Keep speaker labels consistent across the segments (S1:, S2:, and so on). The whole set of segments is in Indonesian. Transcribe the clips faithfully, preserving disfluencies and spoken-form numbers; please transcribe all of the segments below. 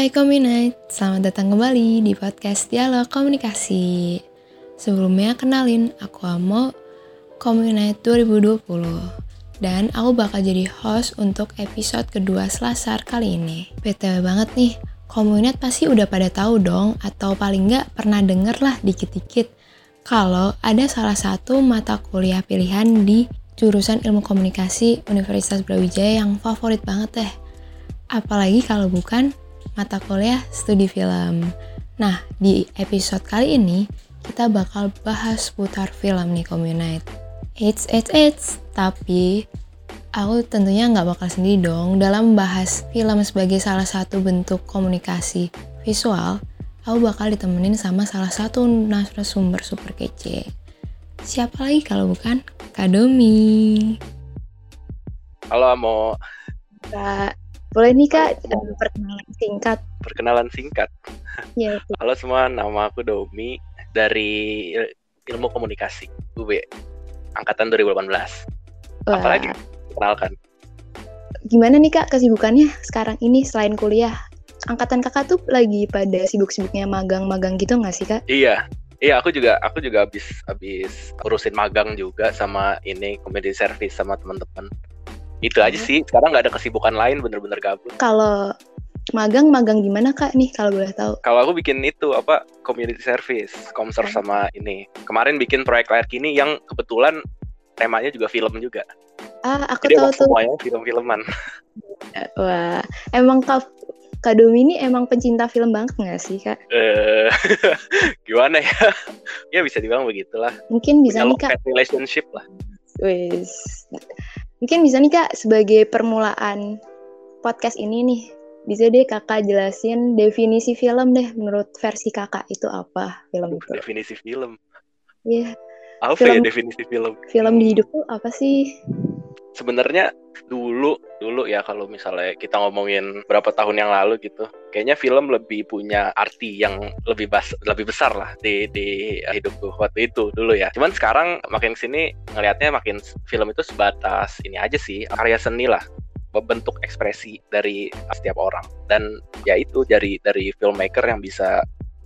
S1: Hai Komunite, selamat datang kembali di podcast Dialog Komunikasi. Sebelumnya kenalin, aku Amo, Komunite dua ribu dua puluh. Dan aku bakal jadi host untuk episode kedua Selasar kali ini. B T W banget nih, Komunite pasti udah pada tahu dong, atau paling nggak pernah denger lah dikit-dikit, kalau ada salah satu mata kuliah pilihan di jurusan Ilmu Komunikasi Universitas Brawijaya yang favorit banget deh. Apalagi kalau bukan mata kuliah studi film. Nah, di episode kali ini, kita bakal bahas putar film nih, Komunite. Eits, eits, eits. Tapi, aku tentunya nggak bakal sendiri dong. Dalam membahas film sebagai salah satu bentuk komunikasi visual, aku bakal ditemenin sama salah satu narasumber super kece. Siapa lagi kalau bukan Kak Domi.
S2: Halo Amo.
S3: Kak, boleh nih Kak, perkenalan singkat.
S2: Perkenalan singkat.
S3: Ya.
S2: Halo semua, nama aku Domi dari Ilmu Komunikasi U B, angkatan dua ribu delapan belas.
S3: Wah.
S2: Apalagi kenalkan.
S3: Gimana nih Kak kesibukannya sekarang ini selain kuliah? Angkatan Kakak tuh lagi pada sibuk-sibuknya magang-magang gitu nggak sih Kak?
S2: Iya, iya aku juga aku juga habis habis urusin magang juga sama ini community service sama teman-teman. Itu aja sih, sekarang nggak ada kesibukan lain, bener-bener gabut.
S3: Kalau magang, magang gimana Kak nih kalau boleh tahu?
S2: Kalau aku bikin itu, apa, community service, komser sama ini. Kemarin bikin proyek layar kini yang kebetulan temanya juga film juga.
S3: Ah, aku
S2: Jadi
S3: tahu tuh.
S2: semuanya film-filman.
S3: Wah, emang Kak, Kak Domi ini emang pencinta film banget nggak sih Kak?
S2: Eh, gimana ya? Ya bisa dibilang begitulah.
S3: Mungkin bisa
S2: Punya
S3: nih Kak.
S2: love-hate relationship lah.
S3: Wis. Mungkin bisa nih Kak, sebagai permulaan podcast ini nih, bisa deh Kakak jelasin definisi film deh, menurut versi Kakak itu apa film itu?
S2: Definisi film.
S3: Iya.
S2: Apa
S3: Film-
S2: ya definisi film?
S3: Film di hidup tuh apa sih?
S2: Sebenarnya dulu dulu ya, kalau misalnya kita ngomongin berapa tahun yang lalu gitu, kayaknya film lebih punya arti yang lebih bas, lebih besar lah di di hidupku waktu itu dulu ya. Cuman sekarang makin kesini ngelihatnya makin film itu sebatas ini aja sih, karya seni lah, bentuk ekspresi dari setiap orang. Dan ya itu dari dari filmmaker yang bisa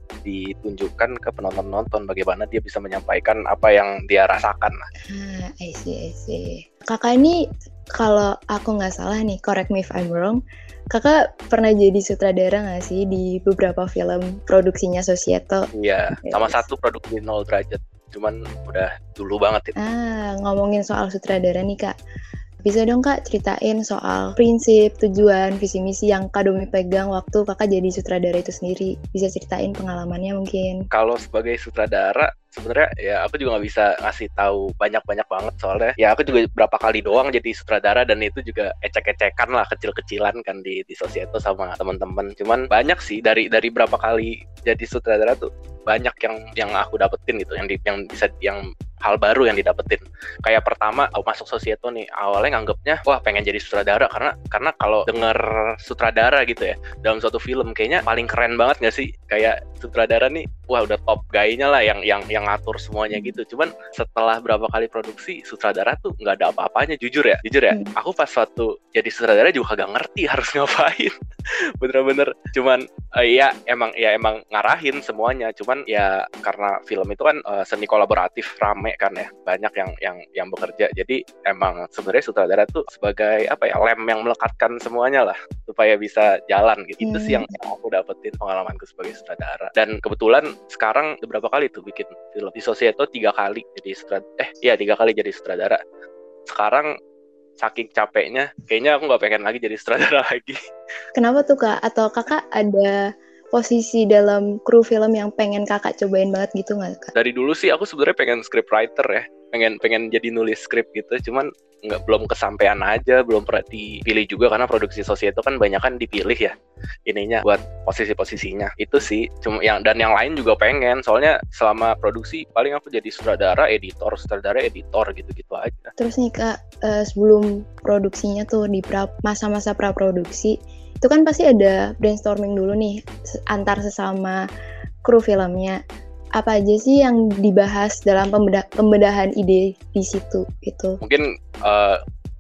S2: ditunjukkan ke penonton-penonton, bagaimana dia bisa menyampaikan apa yang dia rasakan lah.
S3: Ah, I see, I see. Kakak ini kalau aku nggak salah nih, correct me if I'm wrong, Kakak pernah jadi sutradara nggak sih di beberapa film produksinya Sosieto?
S2: Iya,
S3: Yes.
S2: sama satu produksi nol derajat, cuman udah dulu banget itu.
S3: Ah, ngomongin soal sutradara nih Kak, bisa dong Kak ceritain soal prinsip, tujuan, visi misi yang Kak Domi pegang waktu Kakak jadi sutradara itu sendiri. Bisa ceritain pengalamannya mungkin.
S2: Kalau sebagai sutradara, sebenarnya ya aku juga nggak bisa ngasih tahu banyak-banyak banget, soalnya ya aku juga berapa kali doang jadi sutradara, dan itu juga ecek-ecekan lah, kecil-kecilan kan di di Sosieto sama teman-teman. Cuman banyak sih dari dari berapa kali jadi sutradara tuh, banyak yang yang aku dapetin gitu, yang di, yang bisa yang hal baru yang didapetin. Kayak pertama aku masuk Sosieto nih, awalnya nganggepnya wah pengen jadi sutradara, karena karena kalau denger sutradara gitu ya dalam suatu film, kayaknya paling keren banget nggak sih, kayak sutradara nih wah udah top guy-nya lah yang yang yang ngatur semuanya gitu. Cuman setelah berapa kali produksi, sutradara tuh nggak ada apa-apanya, jujur ya jujur ya
S3: Hmm.
S2: aku pas waktu jadi sutradara juga kagak ngerti harus ngapain. Bener-bener cuman uh, ya emang ya emang ngarahin semuanya. Cuman ya karena film itu kan uh, seni kolaboratif, rame kan ya, banyak yang yang yang bekerja. Jadi emang sebenarnya sutradara tuh sebagai apa ya, lem yang melekatkan semuanya lah supaya bisa jalan gitu. Itu sih yang, yang aku dapetin pengalamanku sebagai sutradara. Dan kebetulan sekarang beberapa kali tuh bikin film di Sosieto, tiga kali jadi sutradara. Eh iya tiga kali jadi sutradara. Sekarang saking capeknya, kayaknya aku nggak pengen lagi jadi sutradara lagi.
S3: Kenapa tuh Kak? Atau Kakak ada posisi dalam kru film yang pengen Kakak cobain banget gitu nggak Kak?
S2: Dari dulu sih aku sebenarnya pengen script writer ya, pengen pengen jadi nulis skrip gitu, cuman nggak belum kesampaian aja, belum pernah dipilih juga, karena produksi Sosieto kan banyak kan dipilih ya ininya buat posisi-posisinya. Itu sih cuma yang, dan yang lain juga pengen, soalnya selama produksi paling aku jadi sutradara, editor, sutradara, editor gitu-gitu aja.
S3: Terus nih Kak, eh, sebelum produksinya tuh di pra, masa-masa praproduksi, itu kan pasti ada brainstorming dulu nih se- antar sesama kru filmnya. Apa aja sih yang dibahas dalam pembeda- pembedahan ide di situ gitu?
S2: Mungkin uh,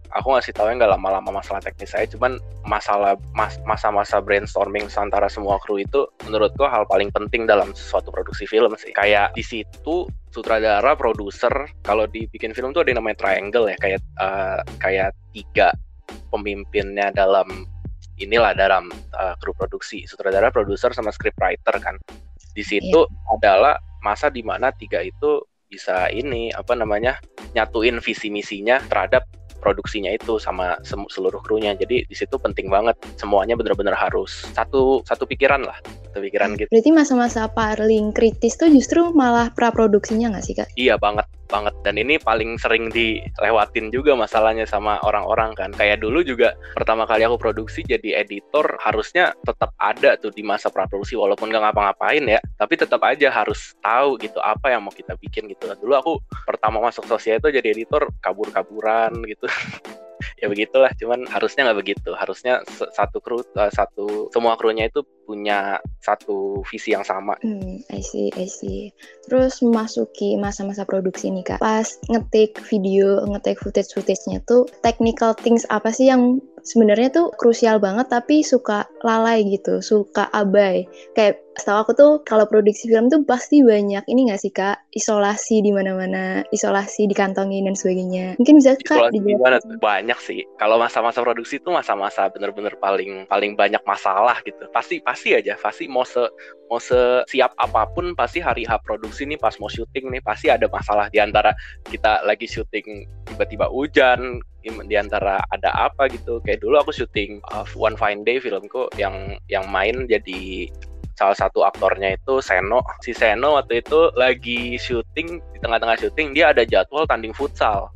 S2: aku ngasih taunya nggak lama-lama masalah teknis saya, cuman masalah mas, masa-masa brainstorming antara semua kru itu menurutku hal paling penting dalam suatu produksi film sih. Kayak di situ sutradara, produser, kalau dibikin film tuh ada yang namanya triangle ya, kayak uh, kayak tiga pemimpinnya dalam inilah dalam uh, kru produksi, sutradara, produser, sama scriptwriter kan. Di situ yeah. adalah masa dimana tiga itu bisa ini apa namanya nyatuin visi misinya terhadap produksinya itu sama sem- seluruh krunya. Jadi di situ penting banget semuanya benar-benar harus satu satu pikiran lah, satu pikiran gitu.
S3: Berarti masa-masa paling kritis tuh justru malah praproduksinya nggak sih Kak?
S2: Iya banget banget, dan ini paling sering dilewatin juga masalahnya sama orang-orang kan. Kayak dulu juga pertama kali aku produksi jadi editor, harusnya tetap ada tuh di masa praproduksi walaupun nggak ngapa-ngapain ya, tapi tetap aja harus tahu gitu apa yang mau kita bikin gitu. Dulu aku pertama masuk sosial itu jadi editor kabur-kaburan gitu. Ya begitulah, cuman harusnya nggak begitu. Harusnya satu kru, satu semua krunya itu punya satu visi yang sama.
S3: Hmm, I see, I see. Terus memasuki masa-masa produksi nih Kak. Pas ngetik video, ngetik footage-footage-nya tuh technical things apa sih yang sebenarnya tuh krusial banget tapi suka lalai gitu, suka abai. Kayak setahu aku tuh kalau produksi film tuh pasti banyak ini nggak sih Kak, isolasi di mana-mana, isolasi dikantongin dan sebagainya. Mungkin bisa Kak
S2: dijelasin? Banyak sih. Kalau masa-masa produksi itu masa-masa bener-bener paling paling banyak masalah gitu. Pasti pasti aja, pasti mau se mau se siap apapun pasti hari H produksi nih pas mau syuting nih pasti ada masalah, di antara kita lagi syuting tiba-tiba hujan, di antara ada apa gitu. Kayak dulu aku syuting uh, One Fine Day, filmku yang yang main jadi salah satu aktornya itu Seno. Si Seno waktu itu lagi syuting, di tengah-tengah syuting dia ada jadwal tanding futsal.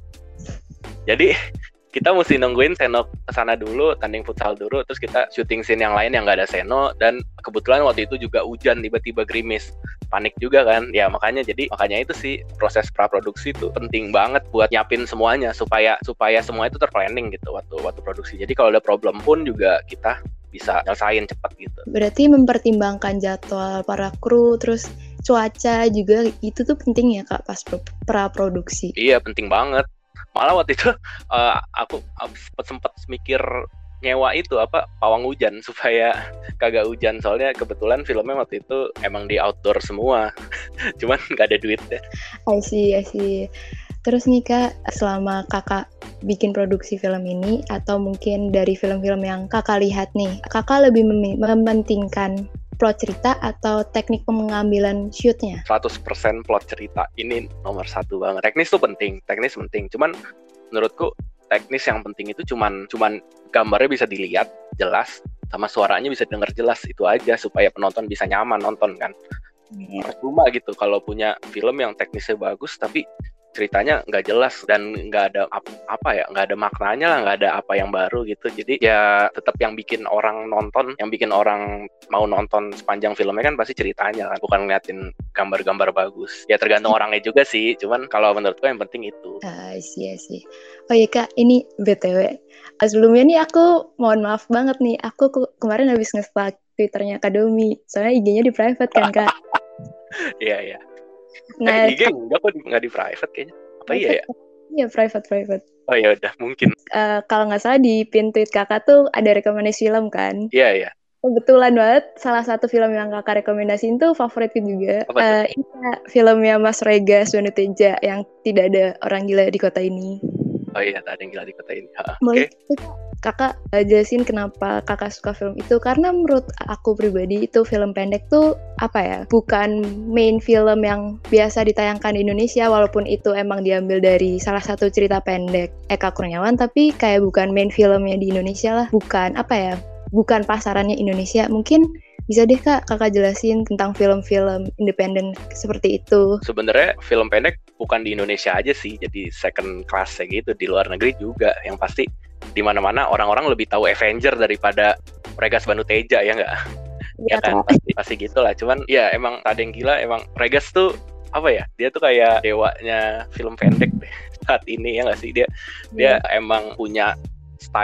S2: Jadi kita mesti nungguin Seno kesana dulu, tanding futsal dulu, terus kita syuting scene yang lain yang nggak ada Seno, dan kebetulan waktu itu juga hujan, tiba-tiba gerimis, panik juga kan, ya makanya jadi makanya itu sih proses praproduksi itu penting banget buat nyiapin semuanya supaya supaya semua itu terplanning gitu waktu waktu produksi. Jadi kalau ada problem pun juga kita bisa nyelesain cepat gitu.
S3: Berarti mempertimbangkan jadwal para kru, terus cuaca juga itu tuh penting ya Kak pas praproduksi.
S2: Iya penting banget. Malah waktu itu uh, aku, aku sempet mikir nyewa itu apa pawang hujan supaya kagak hujan, soalnya kebetulan filmnya waktu itu emang di outdoor semua. Cuman nggak ada duitnya. I
S3: see, I see. Terus nih Kak, selama Kakak bikin produksi film ini atau mungkin dari film-film yang Kakak lihat nih, Kakak lebih mem- mementingkan plot cerita atau teknik pengambilan shootnya?
S2: seratus persen plot cerita, ini nomor satu banget. Teknis tuh penting, teknis penting. Cuman menurutku teknis yang penting itu cuman cuman gambarnya bisa dilihat jelas, sama suaranya bisa denger jelas, itu aja supaya penonton bisa nyaman nonton kan. Hmm. Cuma gitu kalau punya film yang teknisnya bagus tapi ceritanya nggak jelas dan nggak ada apa ya nggak ada maknanya lah, nggak ada apa yang baru gitu. Jadi ya tetap yang bikin orang nonton, yang bikin orang mau nonton sepanjang filmnya kan pasti ceritanya kan, bukan ngeliatin gambar-gambar bagus. Ya tergantung orangnya juga sih, cuman kalau menurutku yang penting itu.
S3: Ah, iya sih. Oh iya Kak, ini B T W sebelumnya nih aku mohon maaf banget nih, aku ke- kemarin habis nge-stalk Twitternya Kak Domi, soalnya I G-nya di private kan Kak.
S2: Iya iya.
S3: Nah,
S2: eh, I G enggak kok nggak di private kayaknya. Apa iya ya?
S3: Iya private private.
S2: Oh ya udah mungkin.
S3: Uh, kalau nggak salah di pin tweet Kakak tuh ada rekomendasi film kan?
S2: Iya iya.
S3: Kebetulan banget salah satu film yang Kakak rekomendasiin tuh favoritku juga. Uh, ini filmnya Mas Rega Swanuteja yang Tidak Ada Orang Gila di Kota Ini.
S2: Oh iya, tak ada yang gila di kota ini.
S3: Boleh okay. Kakak uh, jelasin kenapa Kakak suka film itu? Karena menurut aku pribadi itu film pendek tuh apa ya? Bukan main film yang biasa ditayangkan di Indonesia, walaupun itu emang diambil dari salah satu cerita pendek Eka Kurniawan, tapi kayak bukan main filmnya di Indonesia lah. Bukan apa ya? Bukan pasarannya Indonesia. Mungkin bisa deh Kak, Kakak jelasin tentang film-film independen seperti itu.
S2: Sebenarnya film pendek bukan di Indonesia aja sih, jadi second class kayak gitu, di luar negeri juga. Yang pasti di mana-mana orang-orang lebih tahu Avenger daripada Regas Swanuteja, ya nggak? Ya, ya kan, pasti, pasti gitulah. Cuman ya emang ada yang gila, emang Regas tuh apa ya? Dia tuh kayak dewanya film pendek deh saat ini, ya nggak sih? Dia yeah. dia emang punya style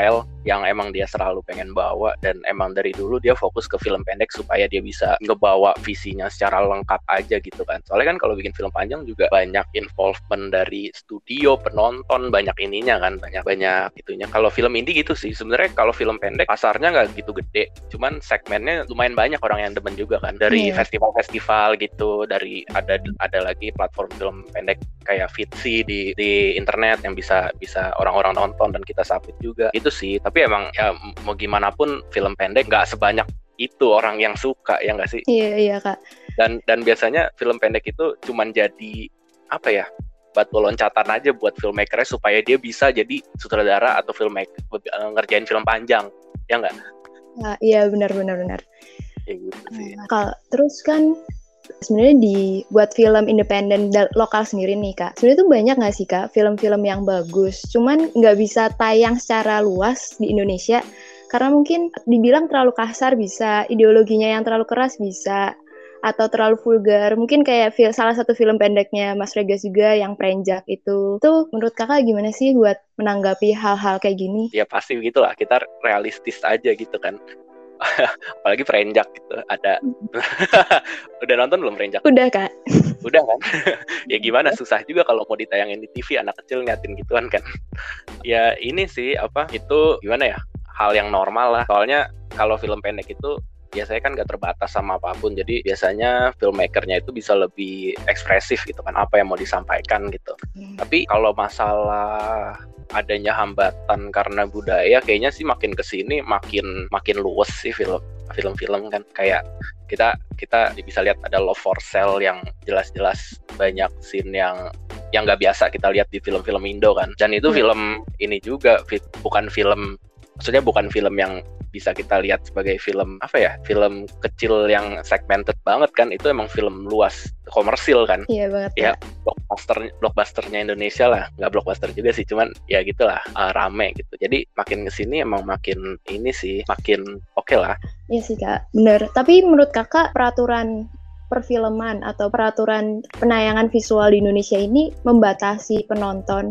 S2: yang emang dia selalu pengen bawa, dan emang dari dulu dia fokus ke film pendek supaya dia bisa ngebawa visinya secara lengkap aja gitu kan. Soalnya kan kalau bikin film panjang juga banyak involvement dari studio, penonton, banyak ininya kan, banyak-banyak itunya. Kalau film indie gitu sih, sebenarnya kalau film pendek pasarnya nggak gitu gede, cuman segmennya lumayan banyak orang yang demen juga kan, dari
S3: Hmm.
S2: festival-festival gitu, dari ada ada lagi platform film pendek kayak Vidsi di di internet yang bisa bisa orang-orang nonton dan kita submit juga itu sih. Tapi emang ya mau gimana pun film pendek nggak sebanyak itu orang yang suka, ya nggak sih?
S3: Iya, iya Kak.
S2: Dan dan biasanya film pendek itu cuman jadi apa ya, batu loncatan aja buat filmmaker supaya dia bisa jadi sutradara atau filmmaker ngerjain film panjang, ya nggak?
S3: Nah, iya benar-benar benar.
S2: Ya gitu sih.
S3: Nah, Kak, terus kan sebenarnya dibuat film independen dal- lokal sendiri nih Kak. Sebenarnya tuh banyak nggak sih Kak film-film yang bagus, cuman nggak bisa tayang secara luas di Indonesia karena mungkin dibilang terlalu kasar bisa, ideologinya yang terlalu keras bisa, atau terlalu vulgar. Mungkin kayak fil- salah satu film pendeknya Mas Regas juga yang Prenjak itu. Tuh menurut Kakak gimana sih buat menanggapi hal-hal kayak gini?
S2: Ya pasti begitulah, kita realistis aja gitu kan. Apalagi Prenjak gitu ada. Udah nonton belum Prenjak?
S3: Udah Kak.
S2: Udah kan? Ya gimana, susah juga kalau mau ditayangin di T V, anak kecil ngeliatin gituan kan. Ya ini sih apa, itu gimana ya, hal yang normal lah. Soalnya kalau film pendek itu biasanya kan gak terbatas sama apapun, jadi biasanya filmmakernya itu bisa lebih ekspresif gitu kan, apa yang mau disampaikan gitu.
S3: Hmm.
S2: Tapi kalau masalah adanya hambatan karena budaya, kayaknya sih makin kesini makin makin luas sih film film-film kan. Kayak kita kita bisa lihat ada Love for Sale yang jelas-jelas banyak scene yang yang nggak biasa kita lihat di film-film Indo kan. Dan itu
S3: Hmm.
S2: film ini juga fi- bukan film, maksudnya bukan film yang bisa kita lihat sebagai film apa ya, film kecil yang segmented banget kan. Itu emang film luas, komersil kan.
S3: Iya banget
S2: Ya,
S3: Kak.
S2: blockbuster blockbusternya Indonesia lah, nggak blockbuster juga sih, cuman ya gitulah, uh, rame gitu. Jadi makin kesini emang makin ini sih, makin oke okay lah.
S3: Iya sih Kak, bener. Tapi menurut Kakak peraturan perfilman atau peraturan penayangan visual di Indonesia ini membatasi penonton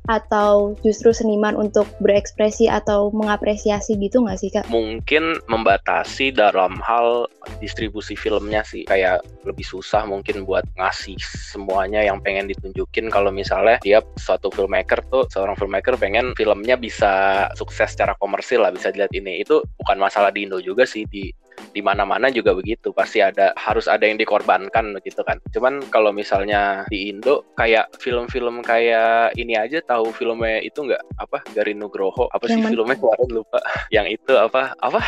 S3: atau justru seniman untuk berekspresi atau mengapresiasi gitu nggak sih Kak?
S2: Mungkin membatasi dalam hal distribusi filmnya sih, kayak lebih susah mungkin buat ngasih semuanya yang pengen ditunjukin. Kalau misalnya dia suatu filmmaker tuh, seorang filmmaker pengen filmnya bisa sukses secara komersil lah, bisa dilihat ini. Itu bukan masalah di Indo juga sih, di di mana-mana juga begitu, pasti ada, harus ada yang dikorbankan begitu kan. Cuman kalau misalnya di Indo kayak film-film kayak ini aja, tahu filmnya itu nggak, apa, Garin Nugroho, apa sih
S3: Yang mana?
S2: filmnya kemarin lupa, yang itu apa apa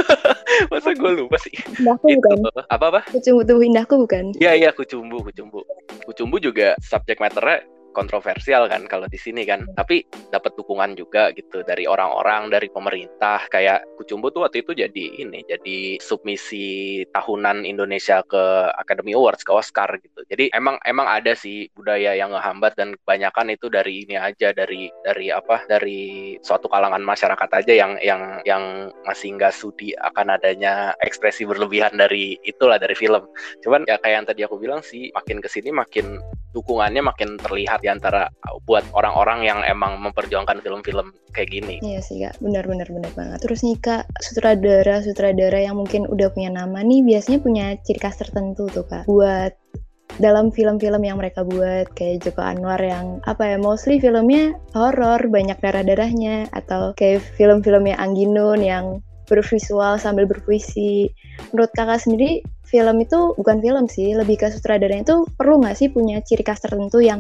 S2: masa gue lupa sih
S3: Indahku
S2: itu
S3: bukan?
S2: apa apa
S3: Kucumbu Tubuh Indahku bukan?
S2: iya iya Kucumbu Kucumbu Kucumbu juga subject matter-nya kontroversial kan kalau di sini kan, tapi dapat dukungan juga gitu dari orang-orang, dari pemerintah. Kayak Kucumbu tuh waktu itu jadi ini, jadi submisi tahunan Indonesia ke Academy Awards, ke Oscar gitu. Jadi emang emang ada sih budaya yang ngehambat, dan kebanyakan itu dari ini aja, dari dari apa, dari suatu kalangan masyarakat aja yang yang yang masih nggak sudi akan adanya ekspresi berlebihan dari itulah, dari film. Cuman ya kayak yang tadi aku bilang sih, makin kesini makin dukungannya makin terlihat di antara buat orang-orang yang emang memperjuangkan film-film kayak gini.
S3: Iya sih Kak, benar-benar benar banget. Terus nih Kak, sutradara-sutradara yang mungkin udah punya nama nih biasanya punya ciri khas tertentu tuh Kak buat dalam film-film yang mereka buat. Kayak Joko Anwar yang apa ya, mostly filmnya horor, banyak darah-darahnya, atau kayak film-filmnya Angginun yang bervisual sambil berpuisi. Menurut Kakak sendiri, film itu bukan film sih, lebih ke sutradaranya itu perlu nggak sih punya ciri khas tertentu yang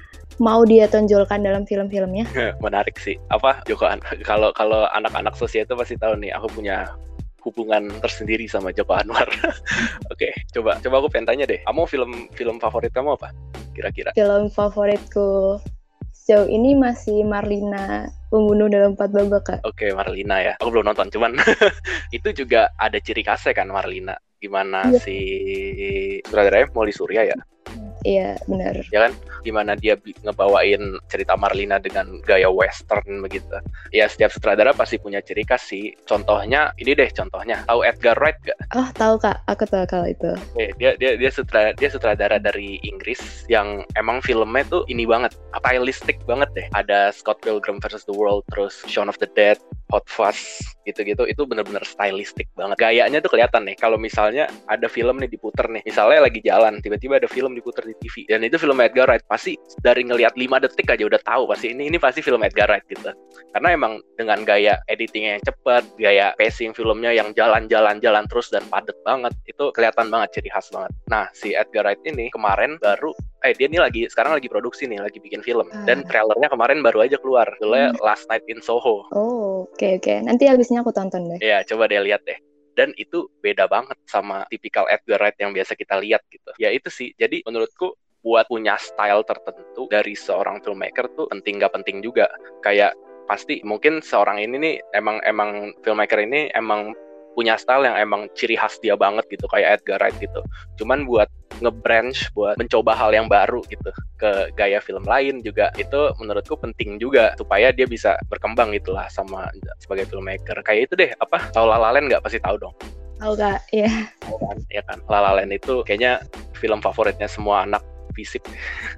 S3: mau dia tonjolkan dalam film-filmnya?
S2: Menarik sih. Apa Joko An- kalau kalau anak-anak sosial itu pasti tahu nih, aku punya hubungan tersendiri sama Joko Anwar. Oke, coba coba aku pengen tanya deh. Kamu film film favorit kamu apa? Kira-kira?
S3: Film favoritku sejauh ini masih Marlina, Pembunuh dalam Empat Babak Kak.
S2: Oke, Marlina ya. Aku belum nonton, cuman itu juga ada ciri khasnya kan Marlina. Gimana
S3: Iya.
S2: si sutradaranya Molly Surya ya?
S3: Iya benar.
S2: Ya kan, gimana dia bi- ngebawain cerita Marlina dengan gaya western begitu. Ya setiap sutradara pasti punya ciri khas sih. Contohnya ini deh, contohnya tahu Edgar Wright gak?
S3: Oh tahu Kak, aku tahu kalau itu.
S2: Eh, dia dia dia sutradara dia sutradara dari Inggris yang emang filmnya tuh ini banget, stylistic banget deh. Ada Scott Pilgrim versus the World, terus Shaun of the Dead, Hot Fuzz gitu-gitu, itu bener-bener stylistic banget. Gayanya tuh kelihatan nih, kalau misalnya ada film nih diputer nih, misalnya lagi jalan, tiba-tiba ada film diputer di T V, dan itu film Edgar Wright, pasti dari ngelihat lima detik aja udah tahu pasti ini ini pasti film Edgar Wright gitu. Karena emang dengan gaya editingnya yang cepat, gaya pacing filmnya yang jalan-jalan-jalan terus dan padat banget, itu kelihatan banget, ciri khas banget. Nah, si Edgar Wright ini kemarin baru eh dia nih lagi sekarang lagi produksi nih, lagi bikin film, dan trailernya kemarin baru aja keluar, judulnya Last Night in Soho.
S3: Oh, oke okay, oke. Okay. Nanti habisnya aku tonton deh.
S2: Ya, coba deh lihat deh. Dan itu beda banget sama tipikal Edgar Wright yang biasa kita lihat gitu. Ya itu sih. Jadi menurutku buat punya style tertentu dari seorang filmmaker tuh penting gak penting juga. Kayak pasti mungkin seorang ini nih emang emang filmmaker ini emang punya style yang emang ciri khas dia banget gitu, kayak Edgar Wright gitu. Cuman buat nge-branch, buat mencoba hal yang baru gitu ke gaya film lain juga, itu menurutku penting juga supaya dia bisa berkembang gitulah sama sebagai filmmaker. Kayak itu deh, apa? Tahu La La Land nggak? Pasti tahu dong.
S3: Tahu Kak, iya.
S2: Tahu kan? Ya kan. La La Land itu kayaknya film favoritnya semua anak fisik.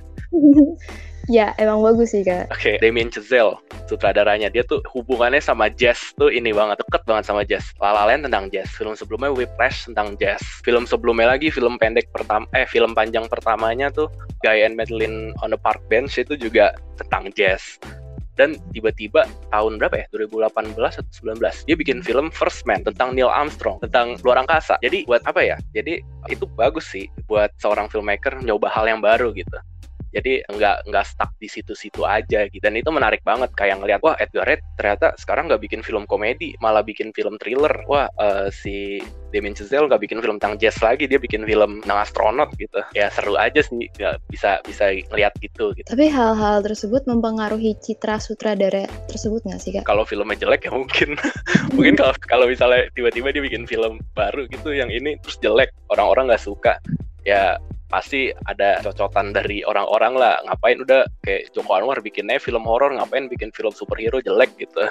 S3: Ya, emang bagus sih, Kak.
S2: Oke, okay. Damien Chazelle, sutradaranya, dia tuh hubungannya sama jazz tuh ini banget, deket banget sama jazz. La La Land tentang jazz, film sebelumnya Whiplash tentang jazz, film sebelumnya lagi film pendek pertama, eh film panjang pertamanya tuh Guy and Madeline on the Park Bench, itu juga tentang jazz. Dan tiba-tiba tahun berapa ya, dua ribu delapan belas atau sembilan belas, dia bikin film First Man tentang Neil Armstrong, tentang luar angkasa. Jadi buat apa ya, jadi itu bagus sih buat seorang filmmaker nyoba hal yang baru gitu. Jadi nggak nggak stuck di situ-situ aja gitu. Dan itu menarik banget, kayak ngeliat, wah Edgar Wright ternyata sekarang nggak bikin film komedi, malah bikin film thriller. Wah uh, si Damien Chazelle nggak bikin film tentang jazz lagi, dia bikin film tentang astronot gitu. Ya seru aja sih, nggak bisa bisa ngeliat gitu, gitu.
S3: Tapi hal-hal tersebut mempengaruhi citra sutradara tersebut nggak sih, Kak?
S2: Kalau filmnya jelek ya mungkin mungkin kalau kalau misalnya tiba-tiba dia bikin film baru gitu yang ini terus jelek, orang-orang nggak suka, ya pasti ada cocotan dari orang-orang lah. Ngapain udah kayak Joko Anwar bikinnya film horor, ngapain bikin film superhero jelek gitu.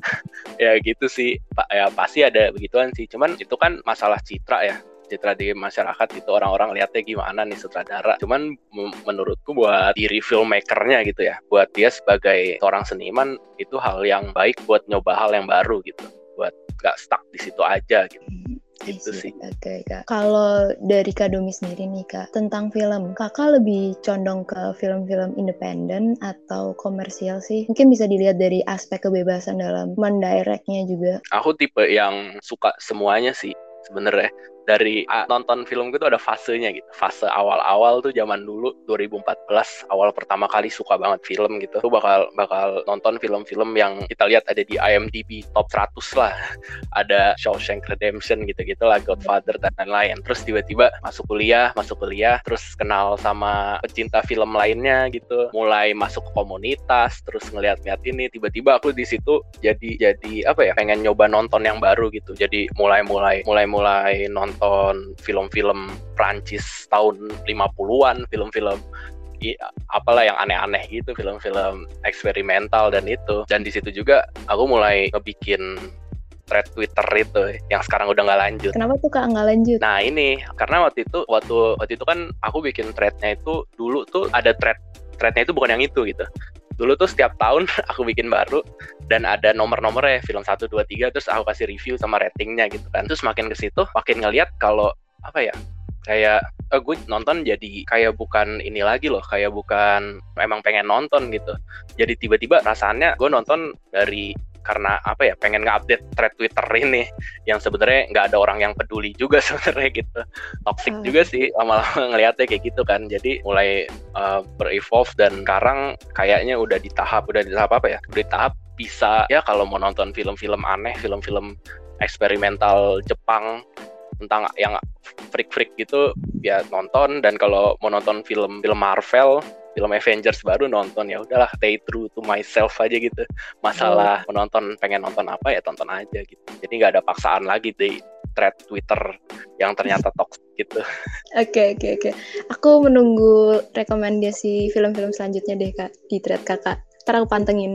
S2: Ya gitu sih Pak, ya pasti ada begituan sih. Cuman itu kan masalah citra ya, citra di masyarakat itu, orang-orang lihatnya gimana nih sutradara. Cuman m- menurutku buat diri filmmakernya gitu ya, buat dia sebagai seorang seniman, itu hal yang baik buat nyoba hal yang baru gitu, buat gak stuck di situ aja gitu. Itu sih.
S3: Oke, okay, Kak. Kalau dari Kak Domi sendiri nih, Kak, tentang film, Kakak lebih condong ke film-film independen atau komersial sih? Mungkin bisa dilihat dari aspek kebebasan dalam mendirectnya juga.
S2: Aku tipe yang suka semuanya sih sebenarnya. Dari uh, nonton film gitu ada fasenya gitu. Fase awal-awal tuh zaman dulu dua ribu empat belas, awal pertama kali suka banget film gitu. Tuh bakal bakal nonton film-film yang kita lihat ada di I M D B top seratus lah. Ada Shawshank Redemption gitu-gitu lah, Godfather dan lain-lain. Terus tiba-tiba masuk kuliah, masuk kuliah, terus kenal sama pecinta film lainnya gitu. Mulai masuk ke komunitas, terus ngeliat-ngeliat ini, tiba-tiba aku di situ jadi jadi apa ya? Pengen nyoba nonton yang baru gitu. Jadi mulai-mulai mulai-mulai nonton nonton film-film Prancis tahun lima puluhan, film-film i, apalah yang aneh-aneh gitu, film-film eksperimental dan itu. Dan di situ juga aku mulai ngebikin thread Twitter itu yang sekarang udah nggak lanjut.
S3: Kenapa tuh Kak nggak lanjut?
S2: Nah ini karena waktu itu waktu waktu itu kan aku bikin threadnya itu dulu tuh ada thread threadnya itu bukan yang itu gitu. Dulu tuh setiap tahun aku bikin baru dan ada nomor-nomornya, film satu, dua, tiga, terus aku kasih review sama ratingnya gitu kan. Terus makin ke situ makin ngeliat kalau apa ya, kayak oh, gue nonton jadi kayak bukan ini lagi loh, kayak bukan emang pengen nonton gitu. Jadi tiba-tiba rasanya gue nonton dari karena apa ya, pengen nge-update thread Twitter ini yang sebenarnya nggak ada orang yang peduli juga sebenarnya gitu. Toxic hmm. juga sih lama-lama ngeliatnya kayak gitu kan. Jadi mulai uh, berevolve dan sekarang kayaknya udah di tahap udah di tahap apa ya? Udah di tahap bisa ya kalau mau nonton film-film aneh, film-film eksperimental Jepang tentang yang freak-freak gitu ya nonton, dan kalau mau nonton film-film Marvel, film Avengers baru nonton, ya udahlah stay true to myself aja gitu. Masalah oh. menonton pengen nonton apa ya tonton aja gitu. Jadi nggak ada paksaan lagi di thread Twitter yang ternyata toxic gitu.
S3: Oke oke oke. Aku menunggu rekomendasi film-film selanjutnya deh Kak di thread Kakak. Ntar aku pantengin.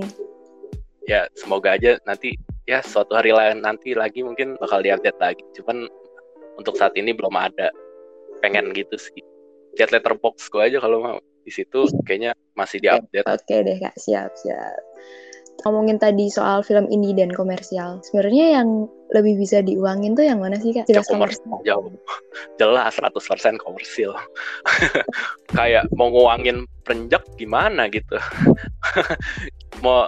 S2: Ya semoga aja nanti ya suatu hari lain nanti lagi mungkin bakal diupdate lagi. Cuman untuk saat ini belum ada. Pengen gitu sih. Lihat Letterboxd gue aja kalau mau. Di situ kayaknya masih diupdate.
S3: Oke deh Kak, siap siap. ngomongin tadi soal film indie dan komersial. Sebenarnya yang lebih bisa diuangin tuh yang mana sih, Kak?
S2: Ya
S3: Jelas
S2: komersial,
S3: komersial.
S2: jauh. Jelas seratus persen komersil. Kayak mau nguangin perenjak gimana gitu. Mau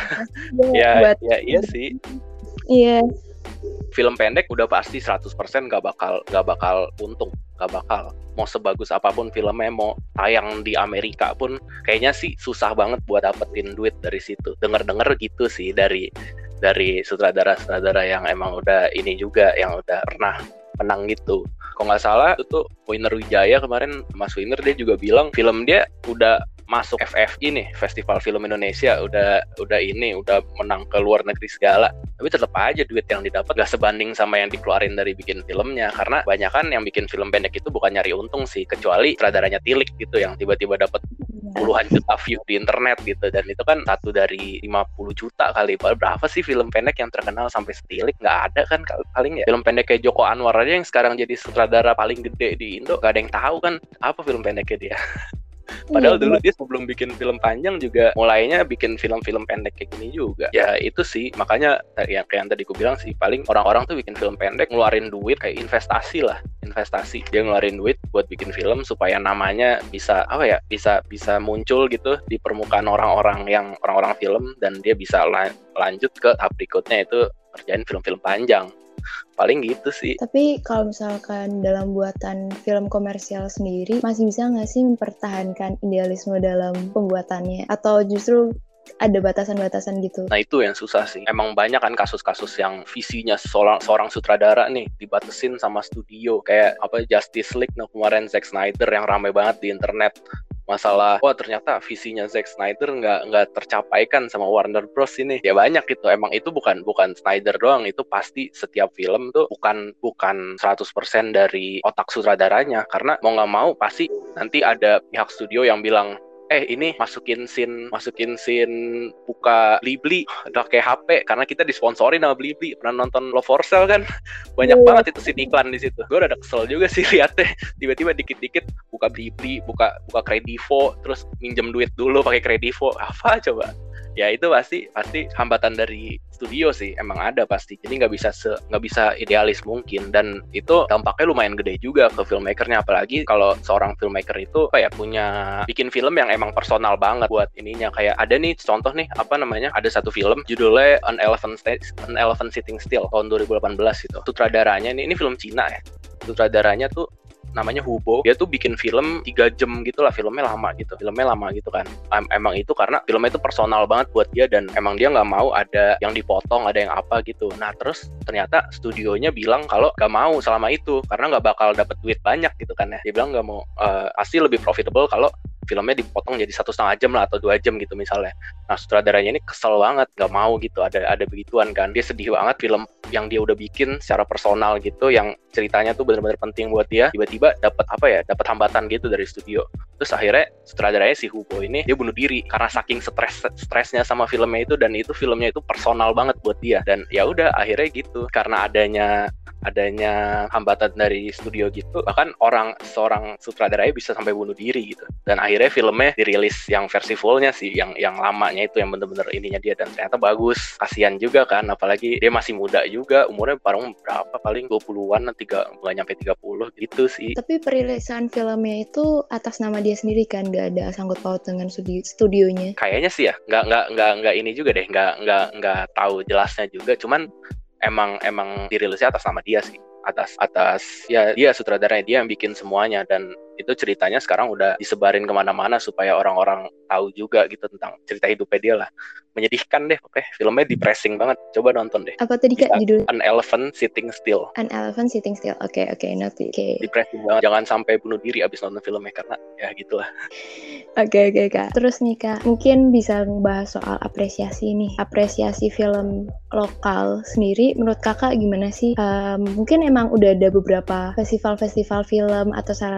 S2: ya,
S3: buat
S2: ya iya sih.
S3: Iya.
S2: Film pendek udah pasti seratus persen gak bakal gak bakal untung, gak bakal. Mau sebagus apapun filmnya, mau tayang di Amerika pun kayaknya sih susah banget buat dapetin duit dari situ. Denger-denger gitu sih dari dari sutradara-sutradara yang emang udah ini juga, yang udah pernah menang gitu. Kalau nggak salah itu tuh Winner Wijaya kemarin, Mas Winner, dia juga bilang film dia udah masuk F F I nih, Festival Film Indonesia, udah udah ini udah menang ke luar negeri segala, tapi tetap aja duit yang didapat gak sebanding sama yang dikeluarin dari bikin filmnya, karena banyakan yang bikin film pendek itu bukan nyari untung sih, kecuali sutradaranya Tilik gitu yang tiba-tiba dapat puluhan juta view di internet gitu, dan itu kan satu dari lima puluh juta kali. Berapa sih film pendek yang terkenal sampai setilik? Nggak ada kan paling ya. Film pendek kayak Joko Anwar aja yang sekarang jadi sutradara paling gede di Indo, gak ada yang tahu kan apa film pendeknya dia. Padahal dulu dia sebelum bikin film panjang juga mulainya bikin film-film pendek kayak gini juga. Ya itu sih, makanya yang kayak yang tadi aku bilang sih, paling orang-orang tuh bikin film pendek ngeluarin duit kayak investasi lah, investasi. Dia ngeluarin duit buat bikin film supaya namanya bisa apa ya, bisa bisa muncul gitu di permukaan orang-orang yang orang-orang film, dan dia bisa la- lanjut ke tahap berikutnya, itu kerjain film-film panjang. Paling gitu sih.
S3: Tapi kalau misalkan dalam buatan film komersial sendiri, masih bisa nggak sih mempertahankan idealisme dalam pembuatannya? Atau justru ada batasan-batasan gitu?
S2: Nah itu yang susah sih. Emang banyak kan kasus-kasus yang visinya seorang, seorang sutradara nih dibatesin sama studio. Kayak apa Justice League nah, kemarin Zack Snyder yang ramai banget di internet. Masalah, wah ternyata visinya Zack Snyder nggak nggak tercapaikan sama Warner Bros ini. Ya banyak gitu. Emang itu bukan bukan Snyder doang. Itu pasti setiap film tuh bukan bukan seratus persen dari otak sutradaranya. Karena mau nggak mau pasti nanti ada pihak studio yang bilang, eh ini masukin scene masukin scene buka Blibli udah kayak H P karena kita disponsori sama Blibli. Pernah nonton Love for Sale kan? Banyak yeah. banget itu scene iklan di situ. Gue udah kesel juga sih liatnya. Tiba-tiba dikit-dikit buka Blibli, buka buka Kredivo, terus minjem duit dulu pakai Kredivo. Apa coba? Ya itu pasti pasti hambatan dari studio sih, emang ada pasti. Jadi nggak bisa se nggak bisa idealis mungkin, dan itu dampaknya lumayan gede juga ke filmmakernya, apalagi kalau seorang filmmaker itu kayak punya bikin film yang emang personal banget buat ininya. Kayak ada nih contoh nih apa namanya, ada satu film judulnya An Elephant An Elephant Sitting Still tahun dua ribu delapan belas itu. Sutradaranya ini ini film Cina ya. Sutradaranya tuh namanya Hubo. Dia tuh bikin film tiga jam gitu lah, filmnya lama gitu. Filmnya lama gitu kan. Em- emang itu karena filmnya itu personal banget buat dia, dan emang dia nggak mau ada yang dipotong, ada yang apa gitu. Nah terus ternyata studionya bilang kalau nggak mau selama itu karena nggak bakal dapet duit banyak gitu kan ya. Dia bilang nggak mau, uh, pasti lebih profitable kalau filmnya dipotong jadi satu setengah jam lah atau dua jam gitu misalnya. Nah sutradaranya ini kesel banget, nggak mau gitu ada ada begituan kan. Dia sedih banget film yang dia udah bikin secara personal gitu, yang ceritanya tuh benar-benar penting buat dia, tiba-tiba dapat apa ya, dapat hambatan gitu dari studio. Terus akhirnya sutradaranya si Hugo ini dia bunuh diri karena saking stres stresnya sama filmnya itu, dan itu filmnya itu personal banget buat dia. Dan ya udah akhirnya gitu, karena adanya adanya hambatan dari studio gitu, bahkan orang seorang sutradaranya bisa sampai bunuh diri gitu. Dan akhirnya filmnya dirilis yang versi fullnya sih, yang yang lamanya itu yang bener-bener ininya dia, dan ternyata bagus. Kasian juga kan, apalagi dia masih muda juga, umurnya paling berapa, paling dua puluhan, tiga nggak nyampe tiga puluh gitu sih.
S3: Tapi perilisan filmnya itu atas nama dia sendiri kan, nggak ada sangkut paut dengan studi- studionya.
S2: Kayaknya sih ya, nggak nggak nggak nggak ini juga deh, nggak nggak nggak tahu jelasnya juga. Cuman emang emang dirilisnya atas nama dia sih, atas atas ya dia sutradaranya, dia yang bikin semuanya, dan itu ceritanya sekarang udah disebarin kemana-mana supaya orang-orang tahu juga gitu tentang cerita hidupnya dia lah. Menyedihkan deh, oke, filmnya depressing banget, coba nonton deh.
S3: Apa tadi Kak judul?
S2: An Elephant Sitting Still.
S3: An Elephant Sitting Still, oke okay, oke, okay, noted. Okay.
S2: Depressing banget, jangan sampai bunuh diri abis nonton filmnya, karena ya gitulah.
S3: Oke okay, oke okay, Kak, terus nih Kak, mungkin bisa ngebahas soal apresiasi nih, apresiasi film lokal sendiri. Menurut Kakak gimana sih? Um, mungkin emang udah ada beberapa festival-festival film atau sarana film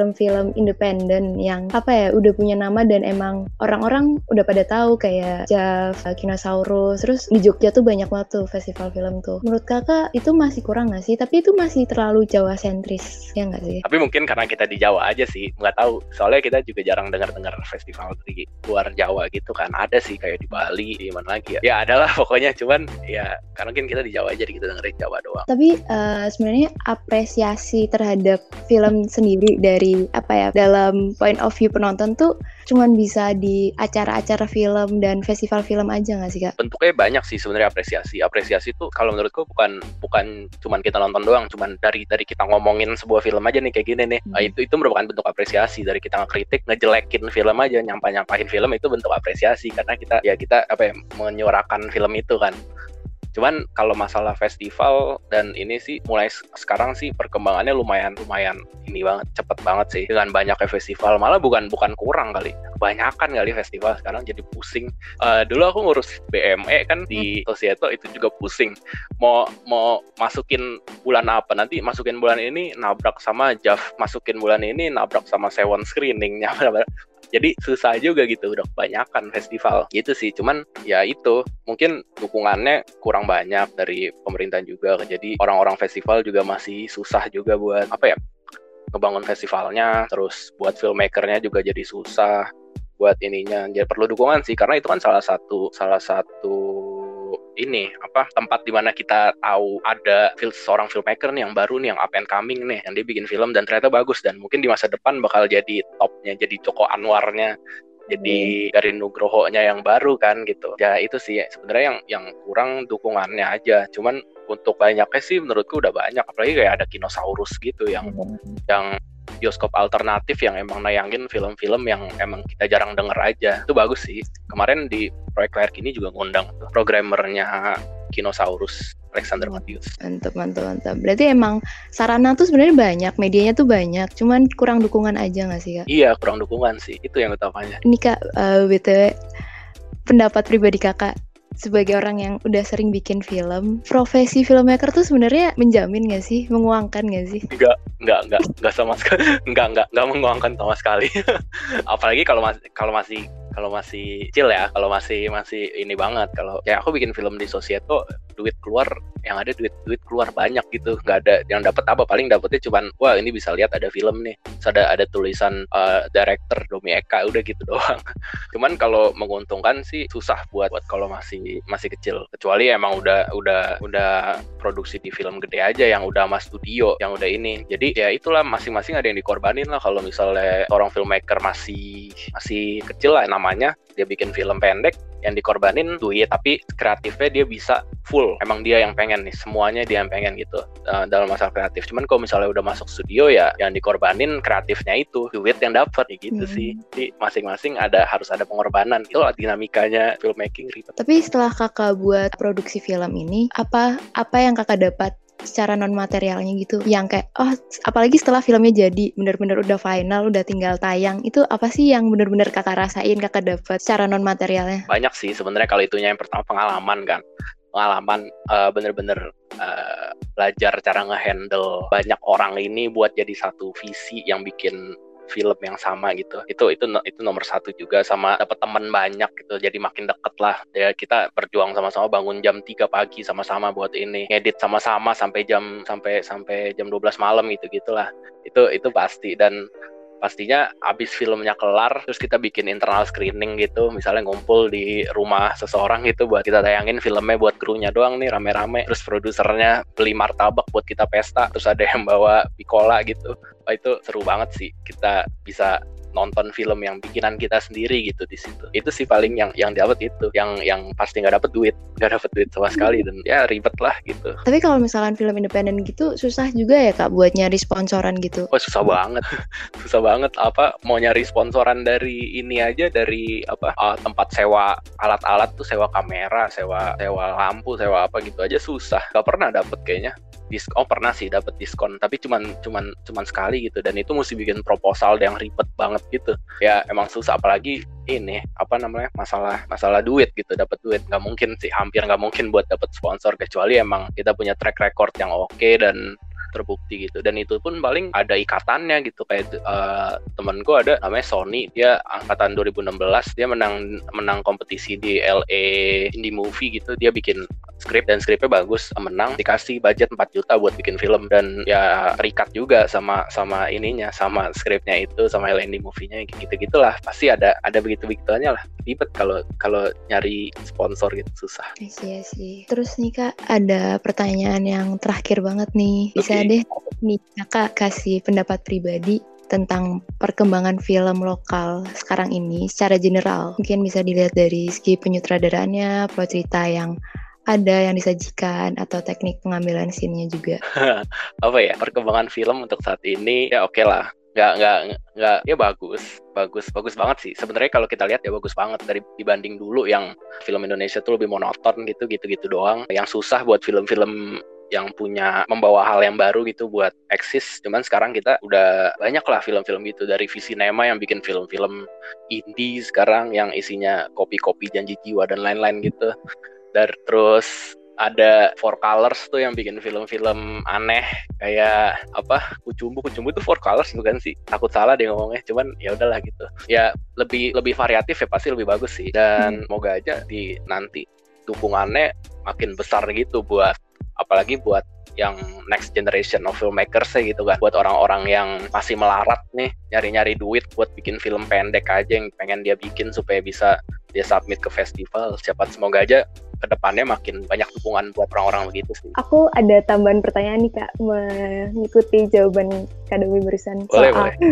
S3: film-film independen yang apa ya udah punya nama dan emang orang-orang udah pada tahu kayak Jav, Kinosaurus, terus di Jogja tuh banyak banget tuh festival film tuh. Menurut kakak itu masih kurang nggak sih? Tapi itu masih terlalu Jawa sentris, ya nggak sih?
S2: Tapi mungkin karena kita di Jawa aja sih, nggak tahu. Soalnya kita juga jarang dengar-dengar festival di luar Jawa gitu kan. Ada sih kayak di Bali, di mana lagi ya? Ya adalah pokoknya, cuman ya karena mungkin kita di Jawa aja, kita dengerin Jawa doang.
S3: Tapi uh, sebenarnya apresiasi terhadap film sendiri dari apa ya dalam point of view penonton tuh cuman bisa di acara-acara film dan festival film aja nggak sih kak?
S2: Bentuknya banyak sih sebenarnya apresiasi. Apresiasi tuh kalau menurutku bukan bukan cuman kita nonton doang, cuman dari dari kita ngomongin sebuah film aja nih kayak gini nih. Hmm. Nah, itu itu merupakan bentuk apresiasi. Dari kita ngekritik, ngejelekin film aja, nyampah-nyampahin film itu bentuk apresiasi karena kita ya kita apa ya menyuarakan film itu kan. Cuman kalau masalah festival dan ini sih mulai sekarang sih perkembangannya lumayan lumayan ini banget, cepet banget sih dengan banyaknya festival. Malah bukan bukan kurang kali, kebanyakan kali festival sekarang jadi pusing. Uh, dulu aku ngurus B M E kan di Tosieto itu juga pusing. Mau mau masukin bulan apa nanti masukin bulan ini nabrak sama Jav, masukin bulan ini nabrak sama Sewon Screening. Jadi susah juga gitu, udah kebanyakan festival gitu sih. Cuman ya itu mungkin dukungannya kurang banyak dari pemerintah juga. Jadi orang-orang festival juga masih susah juga buat apa ya ngebangun festivalnya. Terus buat filmmakernya juga jadi susah buat ininya. Jadi perlu dukungan sih karena itu kan salah satu salah satu ini apa tempat dimana kita tahu ada film seorang filmmaker nih yang baru nih yang up and coming nih yang dia bikin film dan ternyata bagus dan mungkin di masa depan bakal jadi topnya, jadi Joko Anwarnya, jadi dari Nugroho-nya yang baru kan gitu. Ya itu sih sebenarnya yang yang kurang dukungannya aja. Cuman untuk banyaknya sih menurutku udah banyak, apalagi kayak ada Kinosaurus gitu yang hmm. yang bioskop alternatif yang emang nayangin film-film yang emang kita jarang denger aja. Itu bagus sih. Kemarin di proyek layar kini juga ngundang tuh programmernya Kinosaurus, Alexander Matius.
S3: Mantap, mantap, mantap. Berarti emang sarana tuh sebenarnya banyak, medianya tuh banyak, cuman kurang dukungan aja nggak sih kak?
S2: Iya, kurang dukungan sih. Itu yang utamanya.
S3: Ini kak, uh, B T W pendapat pribadi kakak sebagai orang yang udah sering bikin film, profesi filmmaker tuh sebenarnya menjamin nggak sih, menguangkan nggak sih?
S2: Enggak, enggak, enggak, enggak sama sekali, enggak, enggak, enggak menguangkan sama sekali. Apalagi kalau masih, kalau masih, kalau masih kecil ya, kalau masih, masih ini banget. Kalau ya aku bikin film di Tosieto, duit keluar, yang ada duit, duit keluar banyak gitu. Nggak ada yang dapat apa, paling dapetnya cuman, wah ini bisa lihat ada film nih, terus ada ada tulisan uh, director Domi Eka, udah gitu doang. Cuman kalau menguntungkan sih susah buat buat kalau masih masih kecil, kecuali emang udah udah udah produksi di film gede aja yang udah sama studio yang udah ini. Jadi ya itulah masing-masing ada yang dikorbanin lah. Kalau misalnya orang filmmaker masih masih kecil lah namanya, dia bikin film pendek yang dikorbanin duit, tapi kreatifnya dia bisa full, emang dia yang pengen nih, semuanya dia yang pengen gitu uh, dalam masalah kreatif. Cuman kalau misalnya udah masuk studio ya yang dikorbanin kreatifnya itu, duit yang dapat gitu hmm. sih. Jadi masing-masing ada harus ada pengorbanan. Itu dinamikanya filmmaking ribet.
S3: Tapi setelah kakak buat produksi film ini, apa apa yang kakak dapat secara non materialnya gitu, yang kayak oh apalagi setelah filmnya jadi benar-benar udah final, udah tinggal tayang, itu apa sih yang benar-benar kakak rasain, kakak dapat secara non materialnya?
S2: Banyak sih sebenarnya. Kalau itunya yang pertama pengalaman kan, pengalaman uh, bener-bener uh, belajar cara ngehandle banyak orang ini buat jadi satu visi yang bikin film yang sama gitu. Itu itu itu nomor satu juga, sama dapat teman banyak gitu. Jadi makin deket lah. Ya kita berjuang sama-sama, bangun jam tiga pagi sama-sama buat ini, ngedit sama-sama sampai jam sampai sampai jam dua belas malam gitu gitulah. Itu itu pasti. Dan pastinya abis filmnya kelar, terus kita bikin internal screening gitu, misalnya ngumpul di rumah seseorang gitu buat kita tayangin filmnya buat krunya doang nih rame-rame, terus produsernya beli martabak buat kita pesta, terus ada yang bawa pikola gitu. Wah, itu seru banget sih, kita bisa nonton film yang bikinan kita sendiri gitu di situ. Itu sih paling yang yang dapat itu, yang yang pasti nggak dapat duit, nggak dapat duit sama sekali, dan ya ribet lah gitu.
S3: Tapi kalau misalkan film independen gitu susah juga ya kak buat nyari sponsoran gitu?
S2: Oh susah banget, susah banget. Apa mau nyari sponsoran dari ini aja, dari apa uh, tempat sewa alat-alat tuh, sewa kamera, sewa sewa lampu, sewa apa gitu aja susah. Gak pernah dapet kayaknya. Disk- oh pernah sih dapat diskon, tapi cuman cuman cuman sekali gitu, dan itu mesti bikin proposal yang ribet banget gitu. Ya emang susah, apalagi ini apa namanya masalah masalah duit gitu, dapat duit nggak mungkin sih, hampir nggak mungkin buat dapat sponsor, kecuali emang kita punya track record yang oke okay dan terbukti gitu. Dan itu pun paling ada ikatannya gitu, kayak uh, temanku ada namanya Sony, dia angkatan dua ribu enam belas, dia menang menang kompetisi di L A Indie Movie gitu, dia bikin skrip dan skripnya bagus, menang, dikasih budget empat juta buat bikin film, dan ya terikat juga sama sama ininya, sama skripnya itu, sama L A Indie Movie-nya gitu-gitulah. Pasti ada ada begitu-begituannya lah. Ribet kalau kalau nyari sponsor gitu, susah.
S3: Iya sih. Terus nih Kak, ada pertanyaan yang terakhir banget nih. Bisa
S2: Okay.
S3: deh nih Kakak kasih pendapat pribadi tentang perkembangan film lokal sekarang ini secara general. Mungkin bisa dilihat dari segi penyutradaraannya, plot cerita yang ada yang disajikan, atau teknik pengambilan scene-nya juga.
S2: Apa ya, perkembangan film untuk saat ini ya oke lah, nggak nggak nggak ya bagus bagus bagus banget sih sebenarnya. Kalau kita lihat ya bagus banget dari dibanding dulu yang film Indonesia tuh lebih monoton gitu gitu gitu doang, yang susah buat film-film yang punya membawa hal yang baru gitu buat eksis. Cuman sekarang kita udah banyak lah film-film gitu, dari Visinema yang bikin film-film indie sekarang yang isinya kopi-kopi janji jiwa dan lain-lain gitu. Dan terus ada Four Colors tuh yang bikin film-film aneh kayak apa, Kucumbu Kucumbu itu Four Colors bukan sih, takut salah dia ngomongnya, cuman ya udahlah gitu ya, lebih lebih variatif ya, pasti lebih bagus sih. Dan moga aja di nanti dukungannya makin besar gitu buat, apalagi buat yang next generation of filmmakers gitu kan, buat orang-orang yang masih melarat nih nyari-nyari duit buat bikin film pendek aja yang pengen dia bikin supaya bisa dia submit ke festival. Siapa, semoga aja kedepannya makin banyak dukungan buat orang-orang begitu sih.
S3: Aku ada tambahan pertanyaan nih Kak, mengikuti jawaban Kak Demi barusan
S2: Boleh,
S3: soal
S2: boleh.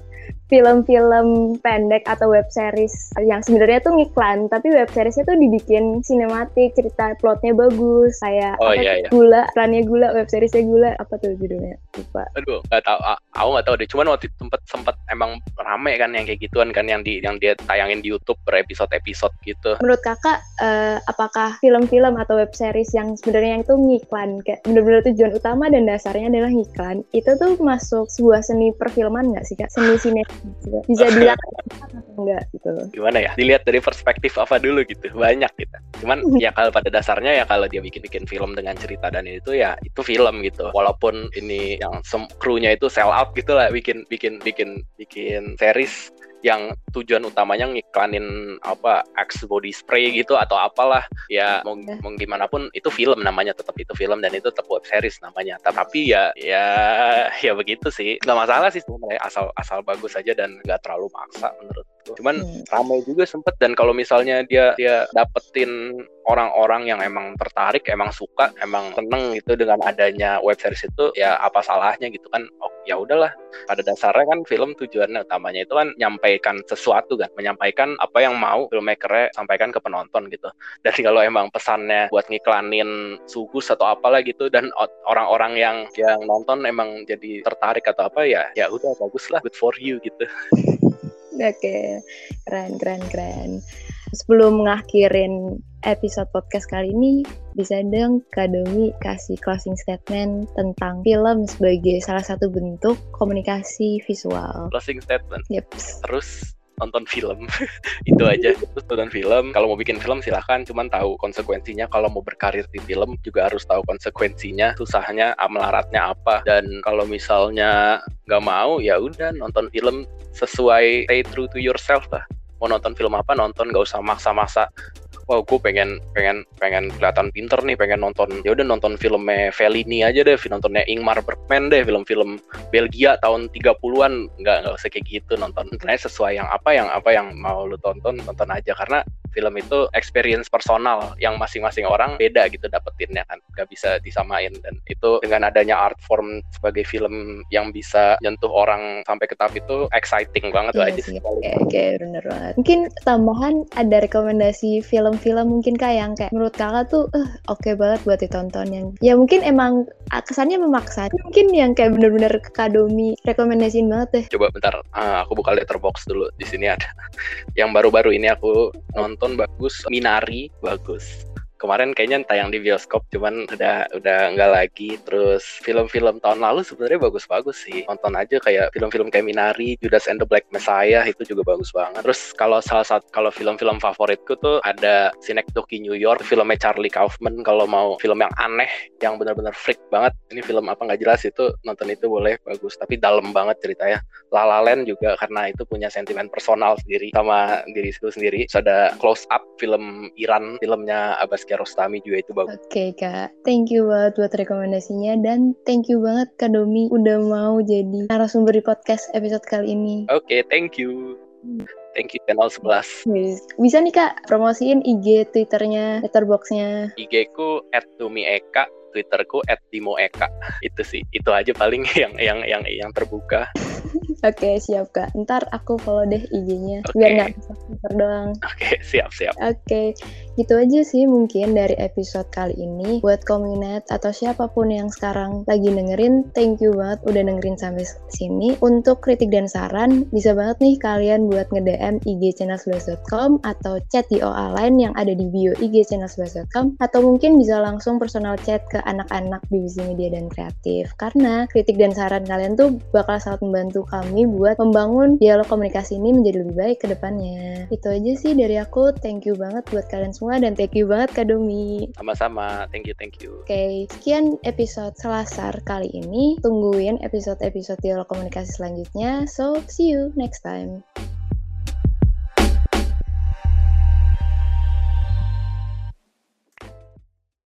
S3: film-film pendek atau web series yang sebenarnya tuh ngiklan, tapi web seriesnya tuh dibikin sinematik, cerita plotnya bagus, kayak
S2: Oh,
S3: apa
S2: iya,
S3: tuh,
S2: iya.
S3: Gula, iklannya Gula, web seriesnya Gula, apa tuh judulnya? Lupa.
S2: Aduh, nggak tahu, a- aku nggak tahu deh. Cuman waktu itu sempet sempet emang rame kan yang kayak gituan kan, yang di yang dia tayangin di YouTube per episode-episode gitu.
S3: Menurut Kakak, eh, apakah film-film atau web series yang sebenarnya itu ngiklan, kayak benar-benar tujuan utama dan dasarnya adalah ngiklan, itu tuh masuk sebuah seni perfilman nggak sih Kak? Seni sinetron juga. Bisa dilakukan atau enggak gitu loh.
S2: Gimana ya? Dilihat dari perspektif apa dulu gitu. Banyak gitu. Cuman ya kalau pada dasarnya ya kalau dia bikin-bikin film dengan cerita dan itu ya itu film gitu. Walaupun ini yang sem- krunya itu sell out gitu lah, bikin bikin bikin bikin series yang tujuan utamanya ngiklanin apa Axe body spray gitu atau apalah ya, mau, mau gimana pun itu film namanya, tetap itu film dan itu tetap web series namanya. Tapi ya ya ya begitu sih, nggak masalah sih sebenarnya, asal asal bagus aja dan nggak terlalu maksa menurutku. Cuman hmm. ramai juga sempet, dan kalau misalnya dia dia dapetin orang-orang yang emang tertarik, emang suka, emang seneng gitu dengan adanya web series itu, ya apa salahnya gitu kan. Oh ya udahlah, pada dasarnya kan film tujuannya utamanya itu kan menyampaikan sesuatu kan, menyampaikan apa yang mau filmmakernya sampaikan ke penonton gitu. Dan kalau emang pesannya buat ngiklanin sugus atau apalah gitu, dan orang-orang yang yang nonton emang jadi tertarik atau apa, ya ya udah bagus lah, good for you gitu.
S3: Oke, keren, keren, keren. Sebelum ngakhirin episode podcast kali ini, bisa dong Kak Demi kasih closing statement tentang film sebagai salah satu bentuk komunikasi visual.
S2: Closing statement?
S3: Yep.
S2: Terus nonton film. Itu aja. Terus nonton film. Kalau mau bikin film silahkan, cuman tahu konsekuensinya. Kalau mau berkarir di film juga harus tahu konsekuensinya, susahnya, melaratnya apa. Dan kalau misalnya nggak mau, ya udah nonton film sesuai, stay true to yourself lah. Mau nonton film apa, nonton, nggak usah maksa-maksa. Wah, gue pengen pengen pengen kelihatan pinter nih, pengen nonton, ya udah nonton filmnya Fellini aja deh, nontonnya Ingmar Bergman deh, film-film Belgia tahun tiga puluhan, nggak nggak usah kayak gitu, nonton nontonnya sesuai yang apa yang apa yang mau lu tonton, tonton aja. Karena film itu experience personal yang masing-masing orang beda gitu dapetinnya kan, nggak bisa disamain. Dan itu dengan adanya art form sebagai film yang bisa nyentuh orang sampai ke tahap itu, exciting banget. Tuh
S3: Iya
S2: aja
S3: sih.
S2: sih.
S3: Oke, oke, bener banget. Mungkin tambahan ada rekomendasi film-film mungkin Kak yang kayak menurut Kakak tuh eh oke okay banget buat ditonton, yang ya mungkin emang kesannya memaksa, mungkin yang kayak bener-bener Kak Demi rekomendasiin banget deh.
S2: Coba bentar, ah, aku buka Letterboxd dulu. Di sini ada yang baru-baru ini aku nonton bagus, Minari bagus. kemarin kayaknya tayang di bioskop, cuman udah udah nggak lagi. Terus film-film tahun lalu sebenarnya bagus-bagus sih, nonton aja kayak film-film kayak Minari, Judas and the Black Messiah itu juga bagus banget. Terus kalau salah satu kalau film-film favoritku tuh ada Synecdoche New York, filmnya Charlie Kaufman. Kalau mau film yang aneh, yang benar-benar freak banget, ini film apa nggak jelas, itu nonton itu boleh, bagus. Tapi dalam banget ceritanya. La La Land juga karena itu punya sentimen personal sendiri sama diri itu sendiri. Terus ada Close Up, film Iran, filmnya Abbas Kiarostami juga itu bagus.
S3: Oke okay, Kak, thank you banget buat rekomendasinya, dan thank you banget Kak Domi udah mau jadi narasumber di podcast episode kali ini.
S2: Oke, okay, thank you. Thank you channel sebelas.
S3: Bisa nih Kak, promosiin I G, Twitternya, letterboxnya.
S2: I G ku at domieka, Twitterku at dimoeka. Itu sih, itu aja paling yang yang yang yang terbuka.
S3: Oke, siap Kak. Ntar aku follow deh I G-nya.
S2: Okay.
S3: Biar nggak Twitter doang.
S2: Oke, okay, siap-siap.
S3: Oke, okay. Gitu aja sih mungkin dari episode kali ini. Buat Kominet atau siapapun yang sekarang lagi dengerin, thank you banget udah dengerin sampai sini. Untuk kritik dan saran, bisa banget nih kalian buat nge-D M I G channel sebelas dot com atau chat di O A line yang ada di bio I G channel sebelas dot com, atau mungkin bisa langsung personal chat ke anak-anak divisi media dan kreatif. Karena kritik dan saran kalian tuh bakal sangat membantu kami buat membangun dialog komunikasi ini menjadi lebih baik ke depannya. Itu aja sih dari aku. Thank you banget buat kalian semua, dan thank you banget Kak Domi.
S2: Sama-sama. Thank you, thank you.
S3: Oke, okay, sekian episode Selasar kali ini. Tungguin episode-episode dialog komunikasi selanjutnya. So, see you next time.